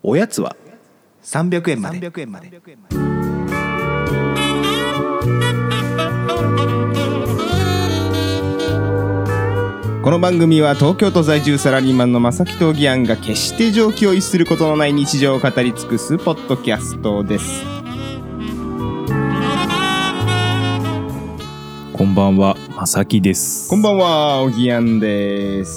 おやつは300円まで。 この番組は東京都在住サラリーマンの正木とギアンが決して常軌を逸することのない日常を語り尽くすポッドキャストです。 こんばんは、正木です。 こんばんは、おぎやんです。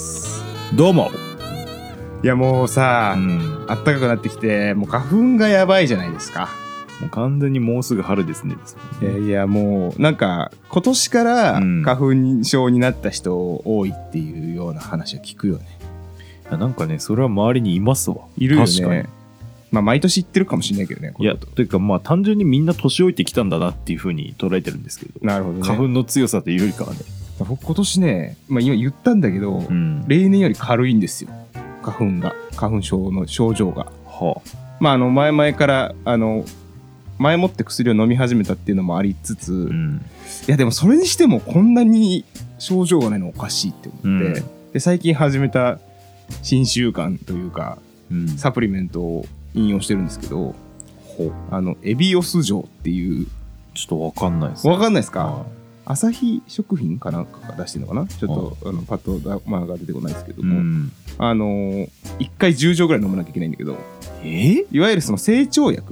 どうも。 いやもうさ、暖かくなってきて、もう花粉がやばいじゃないですか。 もう完全にもうすぐ春ですね。 いやもうなんか今年から花粉症になった人多いっていうような話は聞くよね。 いやなんかね、それは周りにいますわ。 いるよね。 確かに。 まあ毎年言ってるかもしれないけどね。 いやというかまあ単純にみんな年老いてきたんだなっていう風に捉えてるんですけど。 なるほどね。 花粉の強さというよりかはね。 僕今年ね、まあ今言ったんだけど、例年より軽いんですよ。花粉症の症状が。 はあ。 まあ前々から前もって薬を飲み始めたっていうのもありつつ、いやでもそれにしてもこんなに症状がないのおかしいって思って、で最近始めた新習慣というか、サプリメントを引用してるんですけど、エビオス錠っていう、 ちょっとわかんないです。 わかんないですか？朝日食品かなんかが出してるのかな、ちょっとパッとが出てこないですけども、1回10錠ぐらい飲まなきゃいけないんだけど、いわゆるその整腸薬、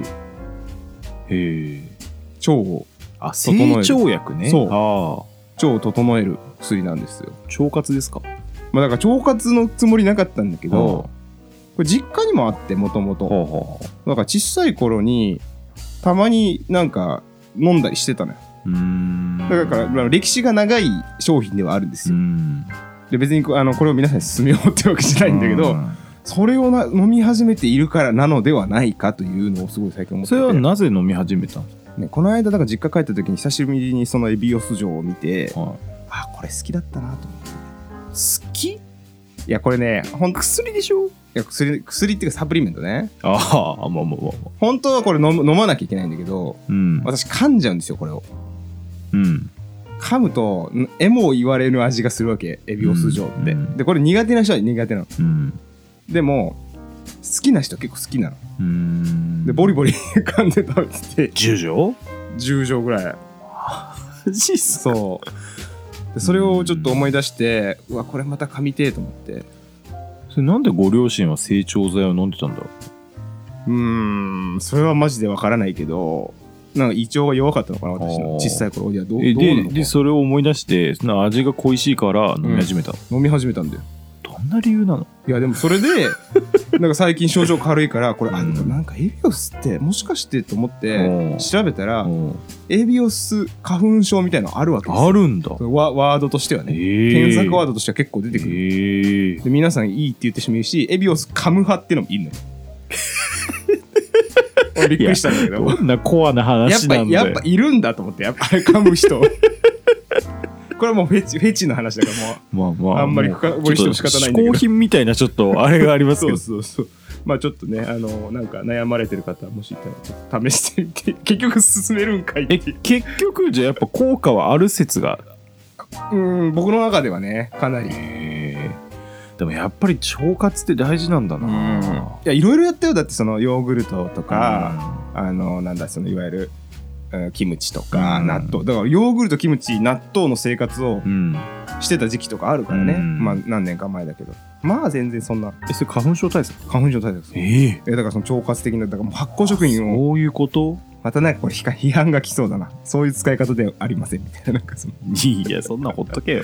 腸を整える、 整腸薬ね。 そう、腸を整える薬なんですよ。 腸活ですか？ まあだから腸活のつもりなかったんだけど、これ実家にもあって、もともとだから小さい頃にたまになんか飲んだりしてたのよ。だから歴史が長い商品ではあるんですよ。で別にこれを皆さんに勧めようってわけじゃないんだけど、それを飲み始めているからなのではないかというのをすごい最近思ってて。 それはなぜ飲み始めたんですか？ ね、この間だから実家帰った時に久しぶりにそのエビオス錠を見て、これ好きだったなと思って。 好き？ いやこれね、薬でしょ？いや薬っていうかサプリメントね。まあ本当はこれ飲まなきゃいけないんだけど、私噛んじゃうんですよこれを。噛むとえも言われる味がするわけ、エビオス錠って。でこれ苦手な人は苦手なの。でも好きな人は結構好きなの。でボリボリ噛んで食べてて、 10錠 10錠ぐらい。そうでそれをちょっと思い出して、うわこれまた噛みてえと思って。 それなんでご両親は整腸剤を飲んでたんだろう。それはマジでわからないけど、なんか胃腸が弱かったのかな、私の小さい頃。いやどうなのか。でそれを思い出してその味が恋しいから飲み始めた、 飲み始めたんだよ。 どんな理由なの？ いやでもそれでなんか最近症状軽いからこれ、なんかエビオスってもしかしてと思って調べたら、エビオス花粉症みたいなのあるわけですよ。 あるんだ。 ワードとしてはね、検索ワードとしては結構出てくる。で皆さんいいって言ってしまうし、エビオス噛む派っていうのもいるのよ。びっくりしたんだけど、 どんなコアな話なんだよ。 やっぱいるんだと思って、やっぱあれ噛む人これはもうフェチの話だからもう、あんまり深掘りしても仕方ないんだけど、 嗜好品みたいなちょっとあれがありますけどそうまあちょっとね、なんか悩まれてる方もしいたらちょっと試してみて、結局進めるんかいって。 結局じゃあやっぱ効果はある説が僕の中ではね、かなり。 でもやっぱり腸活って大事なんだな。 いやいろいろやったよ。だってそのヨーグルトとか、なんだそのいわゆるキムチとか納豆、だからヨーグルト、キムチ、納豆の生活をしてた時期とかあるからね。まあ何年か前だけど、まあ全然そんな。 それ花粉症対策？ 花粉症対策。だからその腸活的な、だからもう発酵食品を。 そういうこと？ またなんかこれ批判が来そうだな。そういう使い方ではありませんみたいな、なんかその。 いやそんなほっとけよ。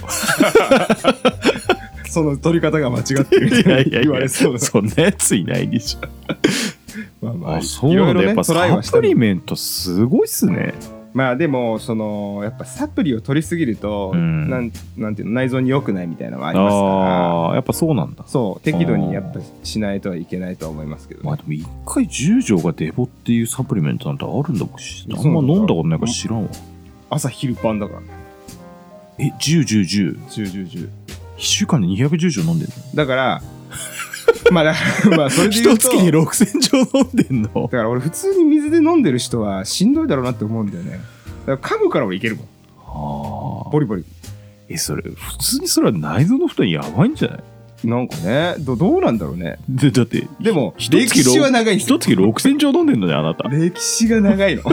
その取り方が間違ってるみたいな言われそうだ。 そんなやついないでしょ。そうなんだ。やっぱサプリメントすごいっすね。 まあでもそのやっぱサプリを取りすぎると、なんていうの、内臓に良くないみたいなのがありますから。 やっぱそうなんだ。 そう、適度にやっぱしないとはいけないとは思いますけど、ね。 まあでも1回10錠がデボっていうサプリメントなんてあるんだもん。あんま飲んだことないから知らんわ。 朝昼晩だから。 10。 1 週間で210錠飲んでんの？ だからまあそれで言うと一月に6000錠飲んでんの？ だから俺普通に水で飲んでる人はしんどいだろうなって思うんだよね。だから噛むから俺いけるもん。ボリボリ。 それ普通にそれは内臓の負担やばいんじゃない？ なんかね、どうなんだろうね。 だってでも歴史は長いんですよ。 一月6000錠飲んでんのね、あなた。 歴史が長いの。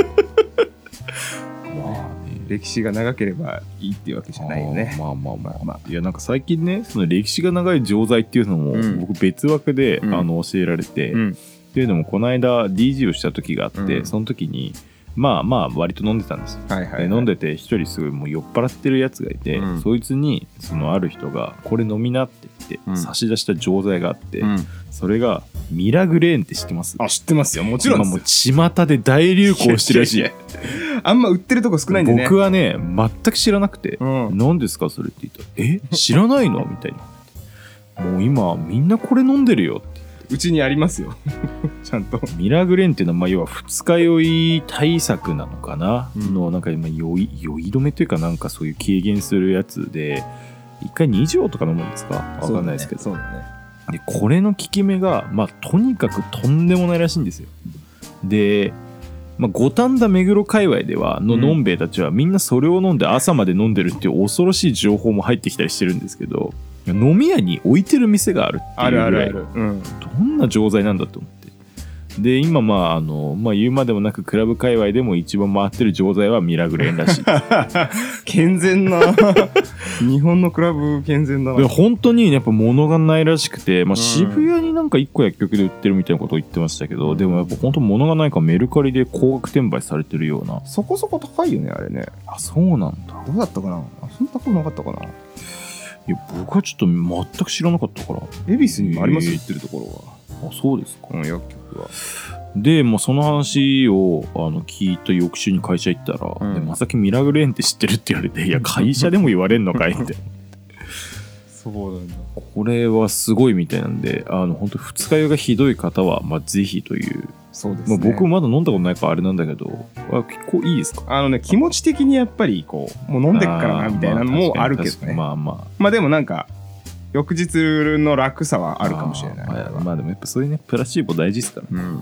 歴史が長ければいいっていうわけじゃないよね。 まあいや、なんか最近ね、その歴史が長い錠剤っていうのも、僕別枠で、教えられて、っていうのもこの間 DG をした時があって、その時にまあ割と飲んでたんですよ、で飲んでて一人すごいもう酔っ払ってるやつがいて、そいつにそのある人がこれ飲みなって言って差し出した錠剤があって、それがミラグレーンって知ってます？ あ、知ってますよ、もちろんです。 今もう巷で大流行してるらしい。 あんま売ってるとこ少ないんでね。 僕はね全く知らなくて、何ですかそれって言ったら知らないのみたいな。もう今みんなこれ飲んでるよって。 うちにありますよ。ちゃんと。 ミラグレーンっていうのは、まあ、要は二日酔い対策なのかな、のなんか今酔い止めというかなんかそういう軽減するやつで1回2錠とか飲むんですかわかんないですけど、 そうだね。 でこれの効き目が、まあ、とにかくとんでもないらしいんですよ。で、まあ、五反田目黒界隈ではののんべえたちはみんなそれを飲んで朝まで飲んでるっていう恐ろしい情報も入ってきたりしてるんですけど、飲み屋に置いてる店があるっていうぐらい、 ある、 どんな錠剤なんだと思って。で今まあ言うまでもなくクラブ界隈でも一番回ってる錠剤はミラグレーンらしい。 健全な。日本のクラブ健全だな。 で本当にやっぱ物がないらしくて、まあ、渋谷になんか1個薬局で売ってるみたいなことを言ってましたけど、でもやっぱ本当物がないからメルカリで高額転売されてるような。 そこそこ高いよねあれね。 あ、そうなんだ。 どうだったかな。そんな高くなかったかな。 いや僕はちょっと全く知らなかったから。 恵比寿にもありますよ、売ってるところは。あ、そうですか。 薬局は。 でもうその話を聞いた翌週に会社行ったら、でまさきミラグレーンって知ってるって言われて、いや会社でも言われんのかいって。 そうなんだ。 これはすごいみたいなんで、本当二日酔いがひどい方は、まあ、ぜひという。 そうですね。 まあ、僕まだ飲んだことないからあれなんだけど、結構いいですか？ 気持ち的にやっぱりこうもう飲んでっからなみたいなのもあるけどね。まあでもなんか翌日の楽さはあるかもしれない。 まあでもやっぱそういうねプラシーボ大事ですからね。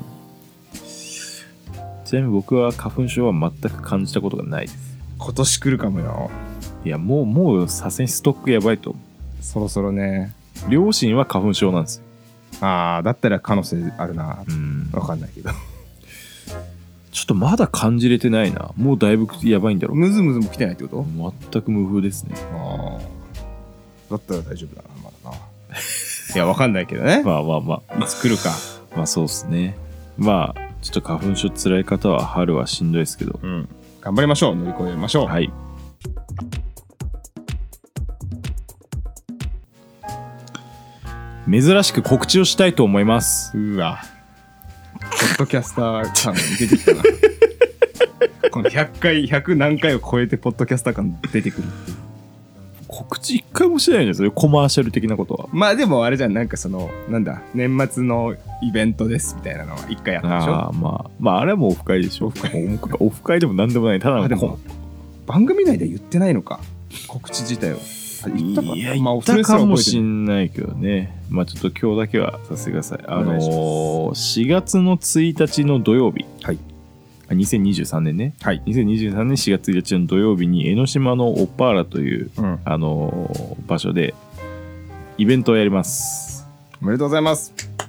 ちなみに僕は花粉症は全く感じたことがないです。 今年来るかもよ。いやもうさすがにストックやばいと思う。 そろそろね。 両親は花粉症なんですよ。 ああ、だったら可能性あるな。分かんないけど。 ちょっとまだ感じれてないな。もうだいぶやばいんだろう。 ムズムズも来てないってこと？ 全く無風ですね。 ああ。だったら大丈夫だな、まだな。いや、分かんないけどね。 まあ。 いつ来るか。 まあそうですね。まあ、ちょっと花粉症辛い方は春はしんどいですけど。 頑張りましょう。乗り越えましょう。 はい。珍しく告知をしたいと思います。 うわ。ポッドキャスター感出てきたな。この100何回を超えてポッドキャスター感出てくるっていう。 告知一回もしてないんですよ、コマーシャル的なことは。 まあでもあれじゃん、なんかなんだ、年末のイベントですみたいなのは一回やったでしょ。 まああれはもうオフ会でしょ。オフ会でも何でもない。ただでも番組内で言ってないのか、告知自体を。 言ったかもしんないけどね。まあちょっと今日だけはさせてください。4月の1日の土曜日、2023年ね、2023年4月1日の土曜日に江ノ島のオッパーラという、場所でイベントをやります。 おめでとうございます。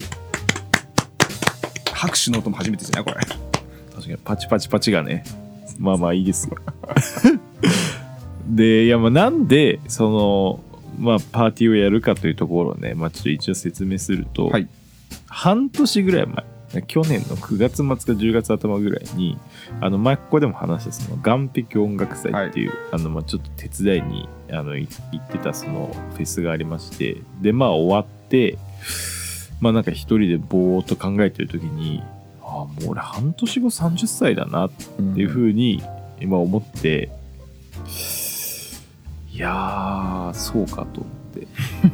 拍手の音も初めてじゃないこれ。 確かにパチパチパチがね、まあいいですよ。で、いやなんでパーティーをやるかというところをね、ちょっと一応説明すると、半年ぐらい前、去年の9月末か10月頭ぐらいに前ここでも話したその岸壁音楽祭っていう、ちょっと手伝いに行ってたそのフェスがありまして、で終わってなんか一人でぼーっと考えてる時に、もう俺半年後30歳だなっていう風に今思って、いやーそうかと思って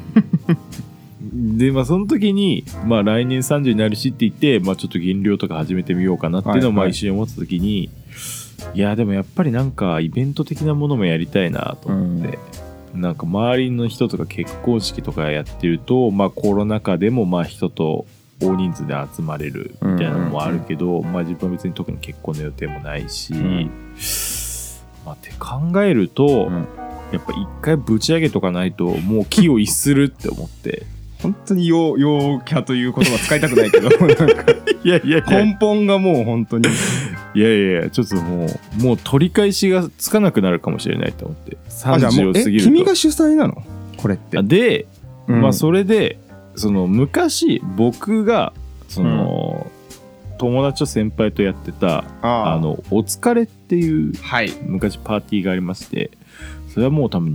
でその時に来年30になるしって言って、ちょっと減量とか始めてみようかなっていうのを一瞬思った時に、いやでもやっぱりなんかイベント的なものもやりたいなと思って、なんか周りの人とか結婚式とかやってると、コロナ禍でも人と大人数で集まれるみたいなのもあるけど、自分は別に特に結婚の予定もないし、って考えると、 やっぱ一回ぶち上げとかないともう気を逸するって思って本当に陽キャという言葉使いたくないけどなんかいや根本がもう本当にいやちょっともう取り返しがつかなくなるかもしれないと思って30を過ぎると。 君が主催なのこれって。 で、まあそれでその昔僕がその、友達と先輩とやってたお疲れっていう、昔パーティーがありまして、それはもう多分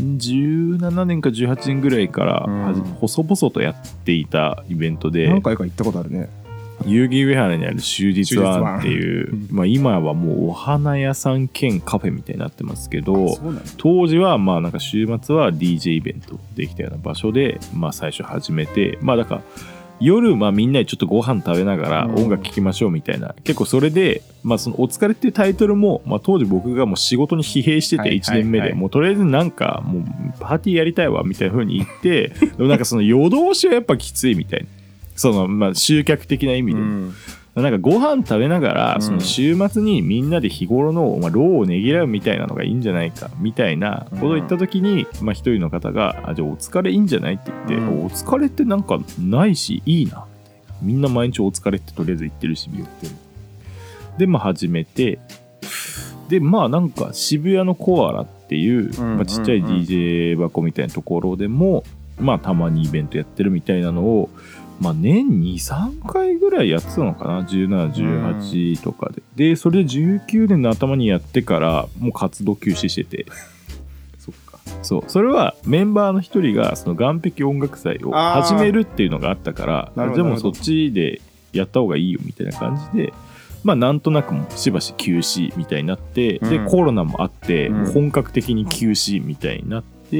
2017年か18年ぐらいから細々とやっていたイベントで、 何回か行ったことあるね。 代々木上原にある終日ワンっていうまあ今はもうお花屋さん兼カフェみたいになってますけど、当時はまあなんか週末は DJ イベントできたような場所でまあ最初始めて、まあだから夜まあみんなでちょっとご飯食べながら音楽聴きましょうみたいな、結構それでまあそのお疲れっていうタイトルもまあ当時僕がもう仕事に疲弊してて1年目でもうとりあえずなんかもうパーティーやりたいわみたいな風に言ってでもなんかその夜通しはやっぱきついみたいな、そのまあ集客的な意味で、なんかご飯食べながらその週末にみんなで日頃のまあ労をねぎらうみたいなのがいいんじゃないかみたいなことを言った時にまあ一人の方がじゃあお疲れいいんじゃないって言って、お疲れってなんかないしいいな、みんな毎日お疲れってとりあえず言ってるし言ってるでまあ始めて、でまあなんか渋谷のコアラっていう、まあ、ちっちゃい DJ 箱みたいなところでもまあたまにイベントやってるみたいなのをまあ年に 3回ぐらいやってたのかな、17、18とかで。で、それで19年の頭にやってからもう活動休止してて。そっか。そう。それはメンバーの一人がその岸壁音楽祭を始めるっていうのがあったから、でもそっちでやった方がいいよみたいな感じで、まあなんとなくもしばし休止みたいになって、で、コロナもあって、本格的に休止みたいになって、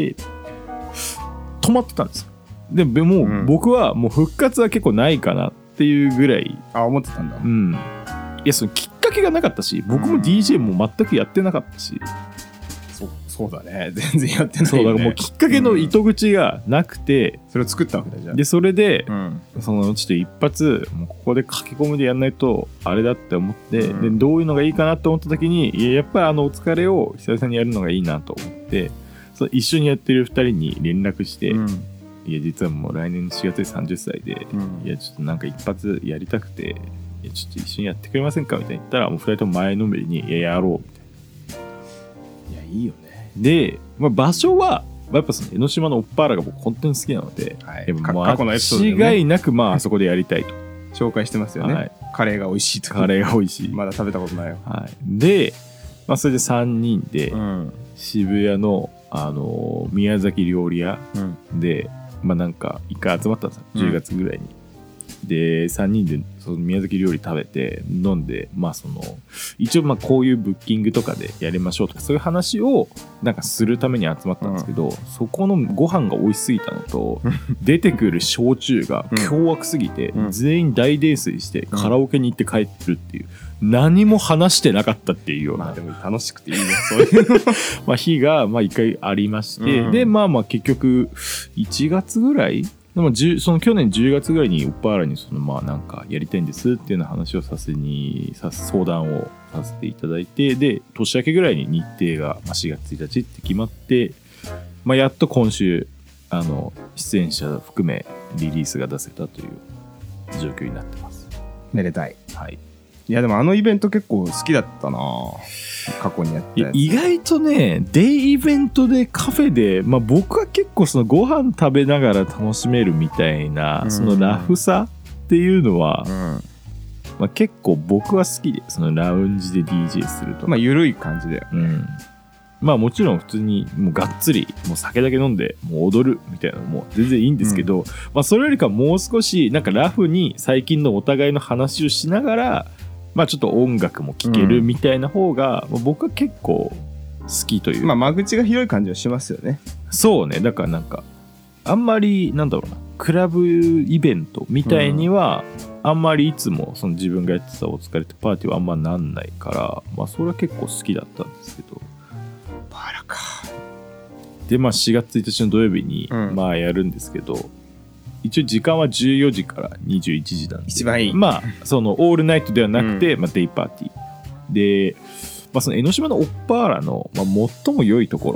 止まってたんですよ。でもう僕はもう復活は結構ないかなっていうぐらい思ってたんだ。 いやそのきっかけがなかったし、僕も DJ も全くやってなかったし、 そうだね、全然やってないよね。 そうだからもうきっかけの糸口がなくて、 それを作ったわけだじゃん。 でそれで、そのちょっと一発もうここで駆け込みでやんないとあれだって思って、でどういうのがいいかなって思った時にやっぱりお疲れを久々にやるのがいいなと思って、そう一緒にやってる2人に連絡して、いや実はもう来年4月で30歳で、いやちょっとなんか一発やりたくて、いやちょっと一緒にやってくれませんかみたいに言ったら、もう2人とも前のめりにいややろうみたいな。いやいいよね。で、まあ、場所はやっぱその江ノ島のおっぱらが僕本当に好きなので、間違いなくまああそこでやりたいと紹介してますよね、カレーが美味しいとか。 カレーが美味しい、 まだ食べたことないよ、 で、まあ、それで3人で渋谷の、宮崎料理屋で、まあなんか一回集まったんですよ、10月ぐらいに。で3人でその宮崎料理食べて飲んで、まあその一応まあこういうブッキングとかでやりましょうとかそういう話をなんかするために集まったんですけど、そこのご飯が美味しすぎたのと出てくる焼酎が凶悪すぎて、全員大泥酔してカラオケに行って帰ってるっていう、何も話してなかったっていうような、 でも楽しくていいねそういうのまあ日がまあ一回ありまして、でまあまあ結局1月ぐらいでもその去年10月ぐらいにオッパーラにそのまあなんかやりたいんですっていうような話を相談をさせていただいて、で年明けぐらいに日程が4月1日って決まって、まあ、やっと今週出演者含めリリースが出せたという状況になってます。 めでたい。 はい。 いやでもイベント結構好きだったな、過去にやったやつ。 意外とねデイイベントでカフェで、まあ、僕は結構そのご飯食べながら楽しめるみたいな、そのラフさっていうのは、まあ、結構僕は好きで、そのラウンジで DJ するとまあ緩い感じだよね、 まあもちろん普通にもうがっつりもう酒だけ飲んでもう踊るみたいなのも全然いいんですけど、まあそれよりかもう少しなんかラフに最近のお互いの話をしながら、まあちょっと音楽も聴けるみたいな方が、僕は結構好きという、 まあ間口が広い感じはしますよね。 そうね。だからなんかあんまりなんだろうな、クラブイベントみたいには、あんまりいつもその自分がやってたお疲れってパーティーはあんまなんないから、まあそれは結構好きだったんですけど。 パーラか。 でまあ4月1日の土曜日にまあやるんですけど、一応時間は14時から21時なんで、 一番いい。 まあそのオールナイトではなくて、まあデイパーティーで、まあその江ノ島のオッパーラの、まあ、最も良いところは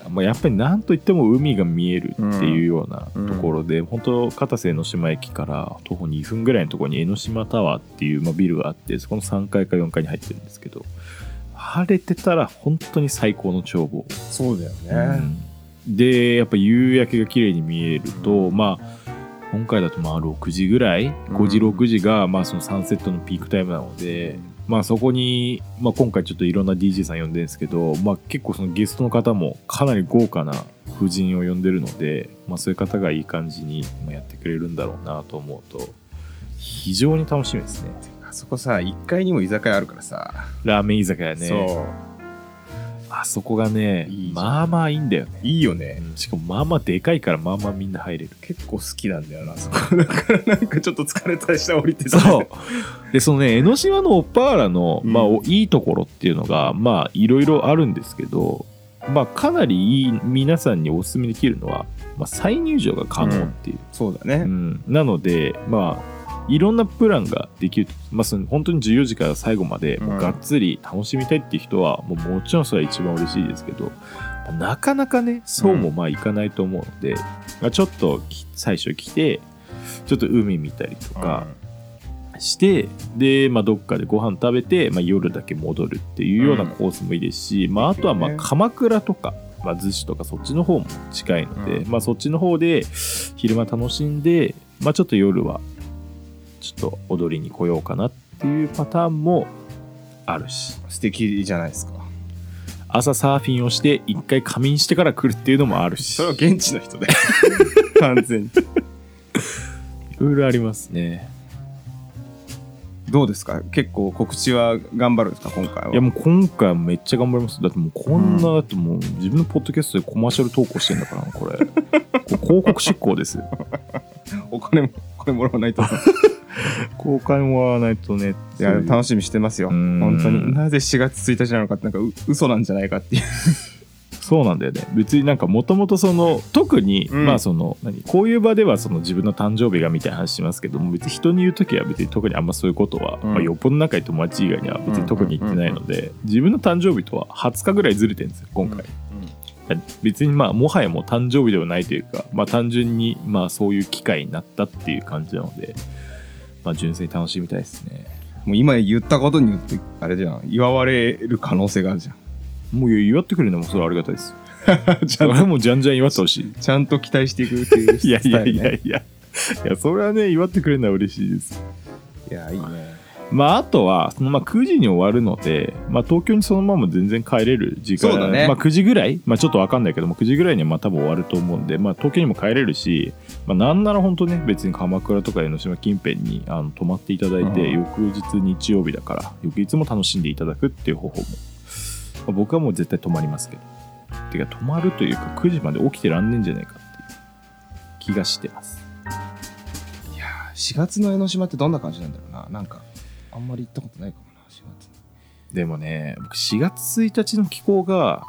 まあ、やっぱりなんといっても海が見えるっていうようなところで、本当片瀬江ノ島駅から徒歩2分ぐらいのところに江ノ島タワーっていう、まあ、ビルがあって、そこの3階か4階に入ってるんですけど、晴れてたら本当に最高の眺望。 そうだよね、 でやっぱ夕焼けが綺麗に見えると、まあ今回だとまあ6時ぐらい、5時6時がまあそのサンセットのピークタイムなので、まあそこに、まあ、今回ちょっといろんな DJ さん呼んでるんですけど、まあ、結構そのゲストの方もかなり豪華な夫人を呼んでるので、まあ、そういう方がいい感じにやってくれるんだろうなと思うと非常に楽しみですね。 あそこさ1階にも居酒屋あるからさ、 ラーメン居酒屋ね。 そうあそこがねいいまあまあいいんだよね。 いいよね、 しかもまあまあでかいからまあまあみんな入れる。 結構好きなんだよなあそこだからなんかちょっと疲れたり下降りてたそうでそのね江ノ島のオッパーラの、まあ、いいところっていうのがまあいろいろあるんですけど、まあかなりいい皆さんにお勧めできるのは、まあ、再入場が可能っていう、 そうだね、 なのでまあいろんなプランができる、まあ、その本当に14時から最後までもうがっつり楽しみたいっていう人はもちろんそれは一番嬉しいですけど、なかなかねそうもまあいかないと思うので、まあ、ちょっと最初来てちょっと海見たりとかして、で、まあ、どっかでご飯食べて、まあ、夜だけ戻るっていうようなコースもいいですし、まあ、あとはまあ鎌倉とか、まあ、逗子とかそっちの方も近いので、まあ、そっちの方で昼間楽しんで、まあ、ちょっと夜はちょっと踊りに来ようかなっていうパターンもあるし、 素敵じゃないですか。 朝サーフィンをして一回仮眠してから来るっていうのもあるし、 それは現地の人で完全にいろいろありますね。 どうですか、結構告知は頑張るんですか今回は。 いやもう今回はめっちゃ頑張ります。だってもうこんな、だってもう自分のポッドキャストでコマーシャル投稿してんだからこれ広告執行ですよお金もらわないと公開もらわないとね。 いや楽しみしてますよ本当に。なぜ4月1日なのかってなんか嘘なんじゃないかっていうそうなんだよね。別になんかもともとその特に、まあそのこういう場ではその自分の誕生日がみたいな話しますけども、別に人に言うときは別に特にあんまそういうことは、まあ、よっぽど仲いい友達以外には別に特に言ってないので、自分の誕生日とは20日ぐらいずれてるんですよ今回。別にまあもはやもう誕生日ではないというか、まあ単純にまあそういう機会になったっていう感じなので、まあ純粋に楽しみたいですね。 もう今言ったことによってあれじゃん、祝われる可能性があるじゃん。 もう祝ってくれるのもそれはありがたいですそれはもうじゃんじゃん祝ってほしい。 ちゃんと期待していくっていういやそれはね祝ってくれるのは嬉しいです。 いやいいね。 まああとはそのまあ9時に終わるので、まあ東京にそのまま全然帰れる時間、 そうだね、 まあ9時ぐらい、まあちょっと分かんないけども9時ぐらいにはまあ多分終わると思うんで、まあ東京にも帰れるし、まあなんなら本当ね別に鎌倉とか江ノ島近辺に泊まっていただいて、翌日日曜日だから翌日も楽しんでいただくっていう方法も、まあ、僕はもう絶対泊まりますけど、てか泊まるというか9時まで起きてらんねんじゃないかっていう気がしてます。 いや4月の江ノ島ってどんな感じなんだろうな。なんかあんまり行ったことないかもな4月。 でもね僕4月1日の気候が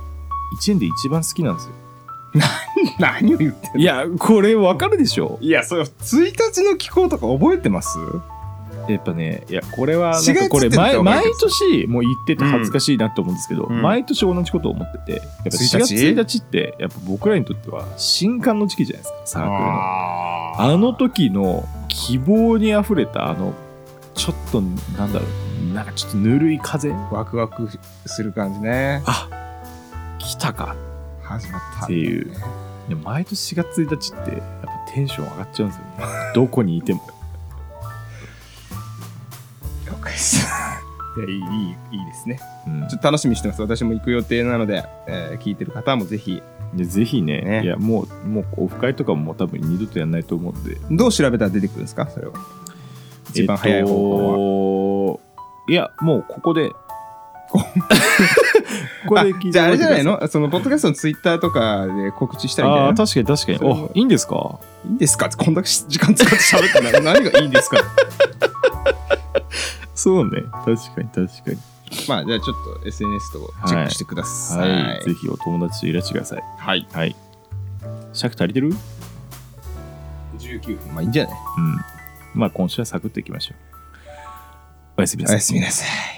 1年で一番好きなんですよ何を言ってんの。 いやこれ分かるでしょ。 いやそれ1日の気候とか覚えてます？ やっぱね、いやこれは 4 なんかこれ月って毎年もう言ってて恥ずかしいなと思うんですけど、毎年同じことを思ってて、やっぱ4月1日ってやっぱ僕らにとっては新歓の時期じゃないですか、サークルの。あの時の希望にあふれたちょっとなんだろう、なんかちょっとぬるい風、 ワクワクする感じね。 あ、来たか始まったっていう。で毎年4月1日ってやっぱテンション上がっちゃうんですよねどこにいても。 了解です。いやいいですね、ちょっと楽しみにしてます。私も行く予定なので、聞いてる方もぜひぜひね、いやもうオフ会とかも多分二度とやらないと思うんで。 どう調べたら出てくるんですかそれは。一番早い方法は、 いやもうここでここで聞いて。 じゃああれじゃないの、そのポッドキャストのツイッターとかで告知したらいいんじゃないの。 確かにいいんですか。 いいんですかってこんだけ時間使って喋ってない何がいいんですかそうね、確かにまあじゃあちょっと SNS とチェックしてください。 はい、ぜひお友達といらしてください。はい尺足りてる ？19分。まあいいんじゃない。 まあ今週はサクッといきましょう。おやすみなさい。 おやすみなさい。